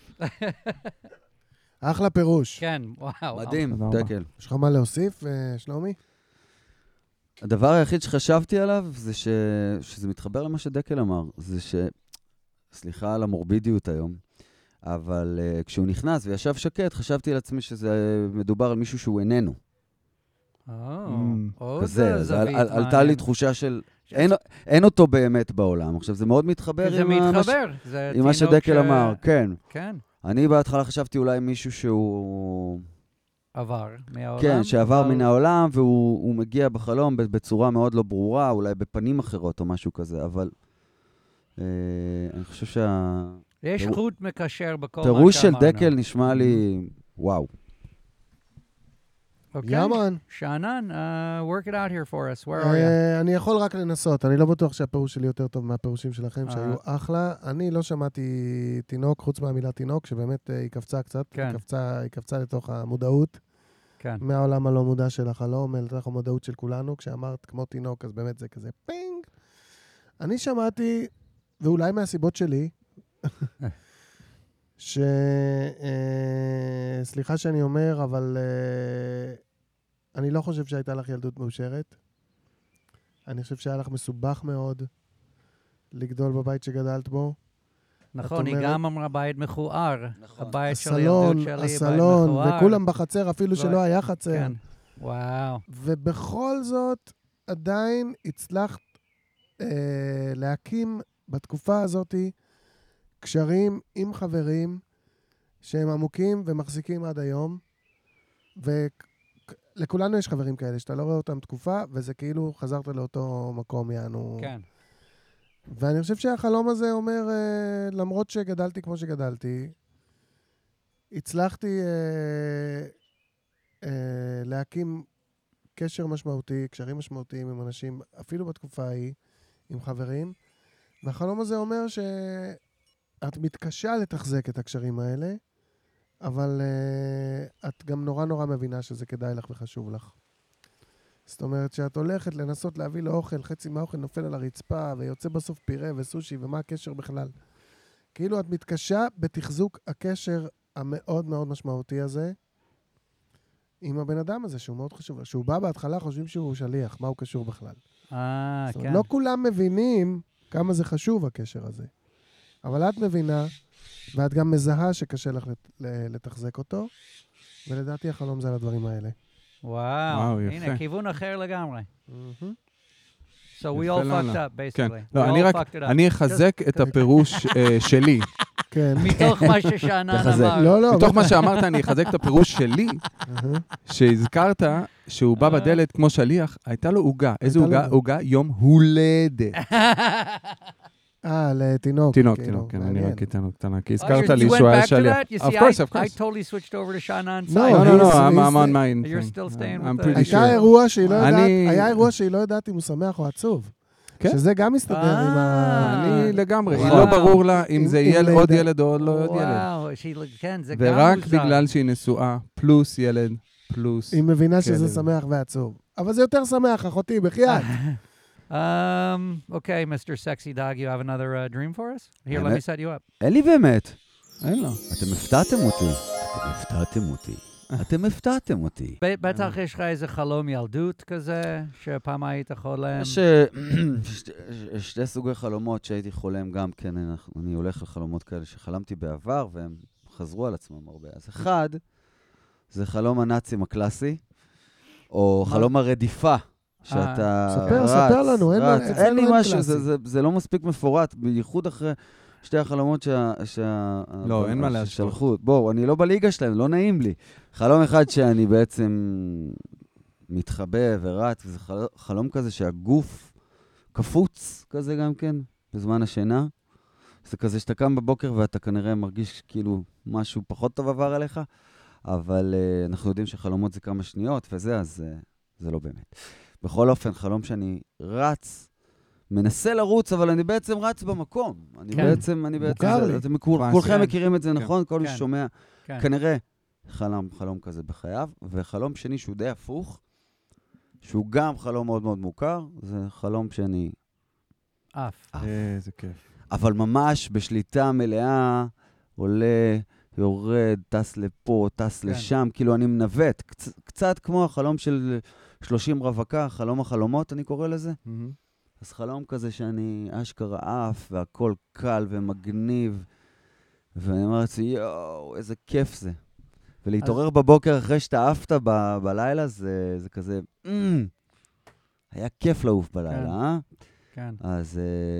אחלה פירוש. כן, וואו. מדהים, דקל. יש לך מה להוסיף, שלומי? הדבר היחיד שחשבתי עליו זה שזה מתחבר למה שדקל אמר. זה סליחה על המורבידיות היום, אבל כשהוא נכנס וישב שקט, חשבתי על עצמי שזה מדובר על מישהו שהוא איננו. כזה, עלתה לי תחושה של, אין אותו באמת בעולם. עכשיו, זה מאוד מתחבר עם מה שדקל אמר, כן. אני בהתחלה חשבתי אולי מישהו שהוא... עבר מהעולם. כן, שעבר מן העולם, והוא מגיע בחלום בצורה מאוד לא ברורה, אולי בפנים אחרות או משהו כזה, אבל אני חושב יש חוט מקשר בכל מה שאמרנו. פירוש של דקל נשמע לי, וואו. יאמן. שאנן, work it out here for us. Where are you? אני יכול רק לנסות. אני לא בטוח שהפירוש שלי יותר טוב מהפירושים שלכם, שהיו אחלה. אני לא שמעתי תינוק, חוץ מהמילה תינוק, שבאמת היא קפצה קצת. היא קפצה לתוך המודעות. מהעולם הלא מודע של החלום, לתוך המודעות של כולנו. כשאמרת כמו תינוק, אז באמת זה כזה פינג. אני שמעתי, ואולי מהסיבות שלי, סליחה שאני אומר, אבל אני לא חושב שהייתה לך ילדות מאושרת. אני חושב שהיה לך מסובך מאוד לגדול בבית שגדלת בו. נכון, היא גם אמרה בית מכוער. הבית של הילדות שלי, בית מכוער. הסלון, וכולם בחצר, אפילו שלא היה חצר. כן, וואו. ובכל זאת, עדיין הצלחת להקים בתקופה הזאת קשרים עם חברים שהם עמוקים ומחזיקים עד היום, ולכולנו יש חברים כאלה, שאתה לא רואה אותם תקופה, וזה כאילו חזרת לאותו מקום, יענו. כן. ואני חושב שהחלום הזה אומר, למרות שגדלתי כמו שגדלתי, הצלחתי להקים קשר משמעותי, קשרים משמעותיים עם אנשים, אפילו בתקופה ההיא, עם חברים, והחלום הזה אומר שאת מתקשה לתחזק את הקשרים האלה, אבל את גם נורא נורא מבינה שזה כדאי לך וחשוב לך. זאת אומרת שאת הולכת לנסות להביא לאוכל, חצי מהאוכל נופל על הרצפה, ויוצא בסוף פירה וסושי, ומה הקשר בכלל? כאילו את מתקשה בתחזוק הקשר המאוד מאוד משמעותי הזה, עם הבן אדם הזה, שהוא מאוד חשוב. שהוא בא בהתחלה, חושבים שהוא שליח, מה הוא קשור בכלל. זאת אומרת, לא כולם מבינים כמה זה חשוב, הקשר הזה. אבל את מבינה, ואת גם מזהה שקשה לך לתחזק אותו, ולדעתי החלום זה על הדברים האלה. וואו, הנה, כיוון אחר לגמרי. So we all fucked up, basically. לא, אני אחזק את הפירוש שלי. כן. מתוך מה ששענן אמר. לא. מתוך מה שאמרת, אני אחזק את הפירוש שלי, שהזכרת שהוא בא בדלת כמו שליח, הייתה לו עוגה. איזה עוגה? עוגה יום הולדת. לתינוק. תינוק, כן, אני רק תינוק קטנה, כי הזכרת לי שהוא היה שליח. Of course. I totally switched over to Shannon's side. No, I'm on mine. You're still staying with the... היה אירוע שהיא לא יודעת אם הוא שמח או עצוב. שזה גם מסתדר עם ה... אני לגמרי, היא לא ברור לה אם זה עוד ילד או לא עוד ילד. כן, זה גם מוזר. ורק בגלל שהיא נשואה, פלוס ילד, פלוס... היא מבינה שזה שמח ועצוב. אבל זה יותר שמח, אחותי, בחייאת. Okay, Mr. Sexy Dog, you have another dream for us? Here, let me set you up. אין לי באמת. אין לו. אתם הפתעתם אותי. בטח יש לך איזה חלום ילדות כזה, שפעם היית חולם? יש שתי סוגי חלומות שהייתי חולם גם כן. אני הולך לחלומות כאלה שחלמתי בעבר, והם חזרו על עצמם הרבה. אז אחד, זה חלום הנאצים הקלאסי, או חלום הרדיפה. שאתה ספר לנו, אין לי משהו, זה לא מספיק מפורט, בייחוד אחרי שתי החלומות לא, אין מה להשלחו. בואו, אני לא בליגה שלהם, לא נעים לי. חלום אחד שאני בעצם מתחבא ורץ, וזה חלום כזה שהגוף קפוץ כזה גם כן, בזמן השינה. זה כזה שאתה קם בבוקר ואתה כנראה מרגיש כאילו משהו פחות טוב עבר עליך, אבל אנחנו יודעים שחלומות זה כמה שניות וזה, אז זה לא באמת. בכל אופן, חלום שאני רץ, מנסה לרוץ, אבל אני בעצם רץ במקום. אני בעצם, כולכם מכירים את זה, נכון? כל מי ששומע, כנראה חלום כזה בחייו, וחלום שני שהוא די הפוך, שהוא גם חלום מאוד מאוד מוכר, זה חלום שאני... איזה כיף. אבל ממש בשליטה מלאה, עולה, יורד, טס לפה, טס לשם, כאילו אני מנווט, קצת כמו החלום של 30 רווקה, חלום החלומות, אני קורא לזה. אז חלום כזה שאני אשכרה אף, והכל קל ומגניב, ואני אומר לעצמי, יואו, איזה כיף זה. ולהתעורר בבוקר אחרי שאתה עפת בלילה, זה כזה, היה כיף לעוף בלילה, אה? כן. אז...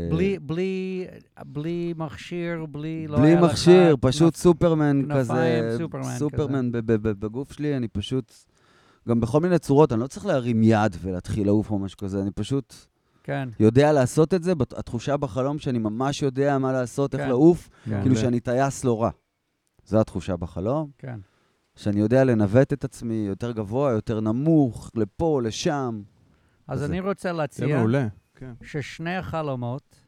בלי מכשיר, בלי מכשיר, פשוט סופרמן כזה. סופרמן בגוף שלי, אני פשוט... גם בכל מיני צורות, אני לא צריך להרים יד ולהתחיל לעוף או משהו כזה, אני פשוט יודע לעשות את זה, התחושה בחלום שאני ממש יודע מה לעשות, איך לעוף, כאילו שאני טייס לא רע. זו התחושה בחלום. כן. שאני יודע לנווט את עצמי יותר גבוה, יותר נמוך, לפה, לשם. אז אני רוצה להציע ששני החלומות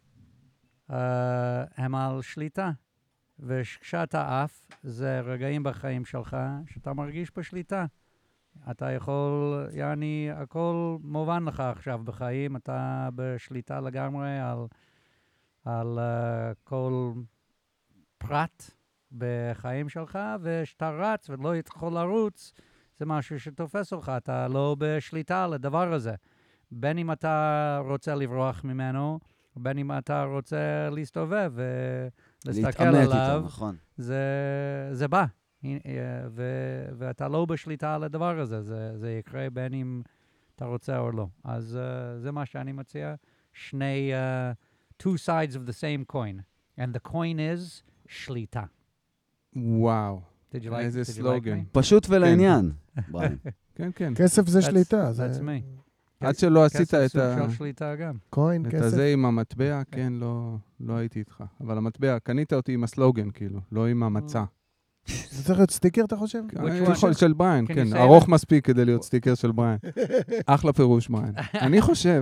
הם על שליטה. וכשאתה עף, זה רגעים בחיים שלך שאתה מרגיש בשליטה. אתה יכול, הכל מובן לך עכשיו בחיים, אתה בשליטה לגמרי על כל פרט בחיים שלך, ושאתה רץ ולא יכול לרוץ, זה משהו שתופס אותך, אתה לא בשליטה על הדבר הזה. בין אם אתה רוצה לברוח ממנו, בין אם אתה רוצה להסתובב ולהסתכל עליו, נכון. זה בא. ואתה לא בשליטה על הדבר הזה, זה יקרה בין אם אתה רוצה או לא. אז זה מה שאני מציע, שני, two sides of the same coin, and the coin is שליטה. וואו, איזה סלוגן. פשוט ולעניין. כן, כן. כסף זה שליטה. That's me. עד שלא עשית את שליטה גם. קוין, כסף. את הזה עם המטבע, כן, לא הייתי איתך. אבל המטבע, קנית אותי עם הסלוגן, כאילו, לא עם המצע. זה צריך להיות סטיקר, אתה חושב? של בריין, כן. ארוך מספיק כדי להיות סטיקר של בריין. אחלה פירוש, בריין. אני חושב...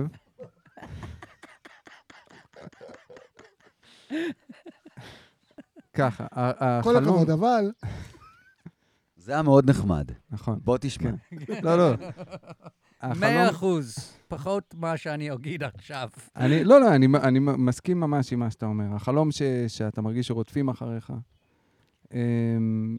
ככה, החלום... כל הכבוד, אבל... זה היה מאוד נחמד. נכון. בוא תשמע. לא. 100%, פחות מה שאני אגיד עכשיו. לא, אני מסכים ממש עם מה שאתה אומר. החלום שאתה מרגיש שרודפים אחריך,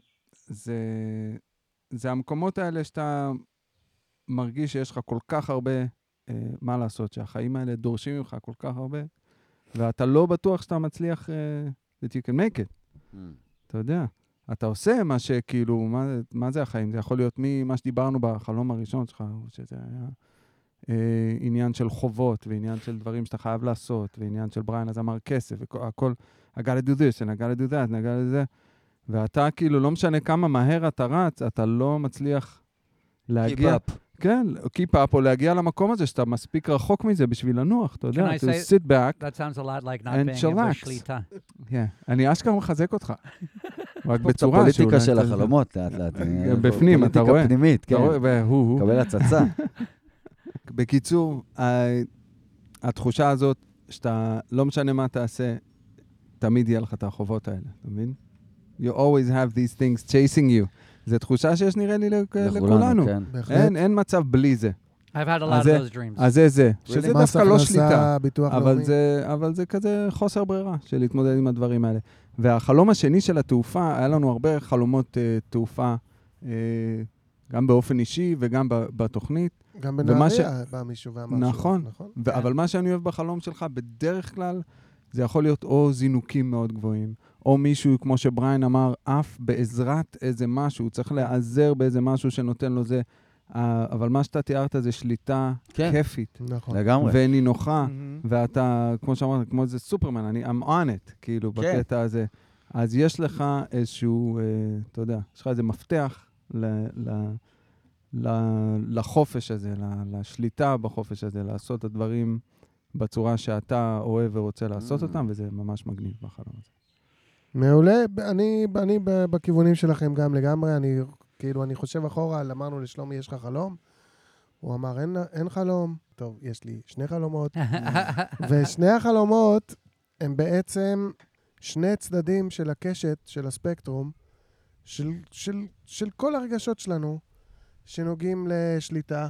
זה המקומות האלה שאתה מרגיש שיש לך כל כך הרבה מה לעשות, שהחיים האלה דורשים ממך כל כך הרבה, ואתה לא בטוח שאתה מצליח that you can make it. אתה יודע, אתה עושה מה שכאילו, מה זה החיים? זה יכול להיות ממה שדיברנו בחלום הראשון שלך, שזה היה עניין של חובות, ועניין של דברים שאתה חייב לעשות, ועניין של בריין, אז אמר כסף, והכל, I gotta do this, and I gotta do that, and I gotta do that. ואתה כאילו, לא משנה כמה מהר אתה רץ, אתה לא מצליח להגיע... Keep up. כן, keep up, או להגיע למקום הזה, שאתה מספיק רחוק מזה בשביל לנוח, אתה יודע, to sit back that sounds a lot like not and being able to chillax. שליטה. אני אשכרה מחזק אותך. רק פה בצורה הפוליטיקה של החלומות, לאט לאט. בפנים, אתה רואה. פוליטיקה פנימית, כן. והוא. קבל הצצה. בקיצור, התחושה הזאת, שאתה לא משנה מה תעשה, תמיד יהיה לך את החובות האלה, אתה מבין? You always have these things chasing you. זו תחושה שיש נראה לי לכולנו. אין מצב בלי זה. I've had a lot of those dreams. אז זה. שזה דווקא לא שליטה. אבל זה כזה חוסר ברירה של להתמודד עם הדברים האלה. והחלום השני של התעופה, היה לנו הרבה חלומות תעופה, גם באופן אישי וגם בתוכנית. גם בנהריה בא מישהו ואמר נכון. אבל מה שאני אוהב בחלום שלך, בדרך כלל, זה יכול להיות או זינוקים מאוד גבוהים, או מישהו, כמו שבריין אמר, אף בעזרת איזה משהו, הוא צריך להיעזר באיזה משהו שנותן לו זה, אבל מה שאתה תיארת זה שליטה כיפית. נכון. לגמרי. ונינוחה, ואתה, כמו שאמרת, כמו איזה סופרמן, I'm on it, כאילו, בקטע הזה. אז יש לך איזשהו, אתה יודע, יש לך איזה מפתח לחופש הזה, לשליטה בחופש הזה, לעשות את הדברים בצורה שאתה אוהב ורוצה לעשות אותם, וזה ממש מגניב בחלום הזה. מעולה, אני בכיוונים שלכם גם לגמרי, אני חושב אחורה, אמרנו לשלומי, יש לך חלום? הוא אמר, אין חלום. טוב, יש לי 2 חלומות. ושני החלומות הם בעצם 2 צדדים של הקשת, של הספקטרום, של כל הרגשות שלנו, שנוגעים לשליטה.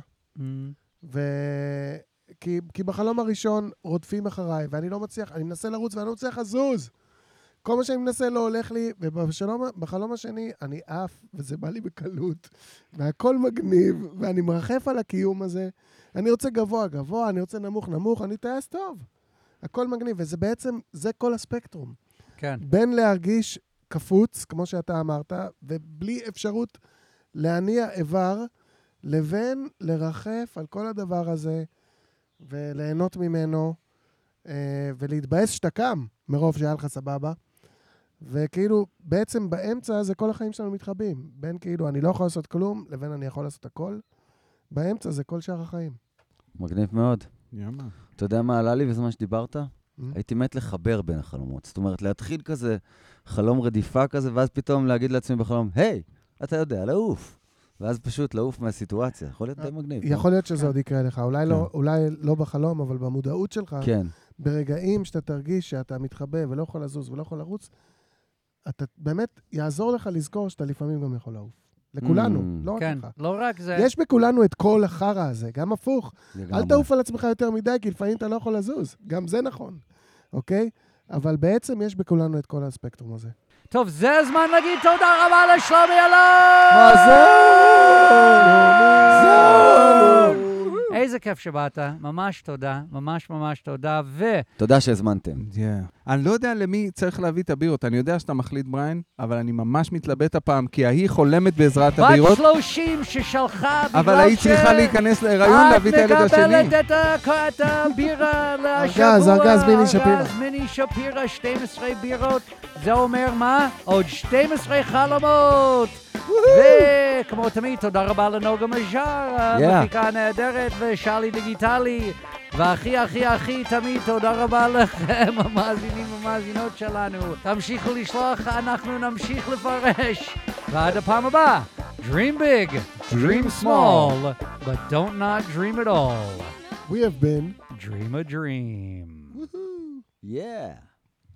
כי בחלום הראשון רודפים אחריי, ואני לא מצליח, אני מנסה לרוץ ואני לא מצליח לזוז. כל מה שאני מנסה לא הולך לי, ובחלום השני אני עף, וזה בא לי בקלות, והכל מגניב, ואני מרחף על הקיום הזה. אני רוצה גבוה, גבוה, אני רוצה נמוך, נמוך, אני טייס טוב. הכל מגניב, וזה בעצם, זה כל הספקטרום. כן. בין להרגיש קפוץ, כמו שאתה אמרת, ובלי אפשרות להניע איבר, לבין לרחף על כל הדבר הזה, וליהנות ממנו, ולהתבאס שאתה קם, מרוב שהיה לך סבבה. וכאילו, בעצם באמצע זה כל החיים שלנו מתחבים. בין כאילו, אני לא יכול לעשות כלום, לבין אני יכול לעשות הכל. באמצע זה כל שאר החיים. מגניב מאוד. יאמה. אתה יודע מה עלה לי בזמן שדיברת? הייתי מת לחבר בין החלומות. זאת אומרת, להתחיל כזה חלום רדיפה כזה, ואז פתאום להגיד לעצמי בחלום, היי, אתה יודע, לעוף. ואז פשוט לעוף מהסיטואציה. יכול להיות די מגניב. יכול להיות שזה עוד יקרה לך. אולי לא בחלום, אבל במודעות שלך, ברגעים שאתה תרגיש שאתה מתחבא ולא יכול לזוז ולא יכול לרוץ, אתה באמת יעזור לך לזכור שאתה לפעמים גם יכול לעוף. לכולנו, לא רק לך. לא רק זה. יש בכולנו את כל החרא הזה, גם הפוך. אל תעוף על עצמך יותר מדי, כי לפעמים אתה לא יכול לזוז. גם זה נכון, אוקיי? אבל בעצם יש בכולנו את כל הספקטרום הזה. טוב, זה הזמן להגיד תודה רבה לשלומי אלון! מה זה? איזה כיף שבאת, ממש תודה, ממש ממש תודה, תודה שהזמנתם. אני לא יודע למי צריך להביא את הבירות, אני יודע שאתה מחליט בריין, אבל אני ממש מתלבט הפעם, כי ההיא חולמת בעזרת הבירות. בת 30 ששלחה בגלל אבל היית צריכה להיכנס להיריון להביא את הילד השני. את מקבלת את הבירה לשבוע. ארגז מיני שפירה. ארגז מיני שפירה, 12 בירות. זה אומר מה? עוד 12 חלומות. וכמו תמיד, תודה רבה לנוגה מז'ר, המפיקה הנהדרת, ושלי דיגיטלי, והכי הכי הכי תמיד תודה רבה לכם, המאזינים והמאזינות שלנו. תמשיכו לשלוח, אנחנו נמשיך לפרש. ועד הפעם הבאה, dream big, dream small, but don't not dream at all. We have been Dream a dream. Yeah.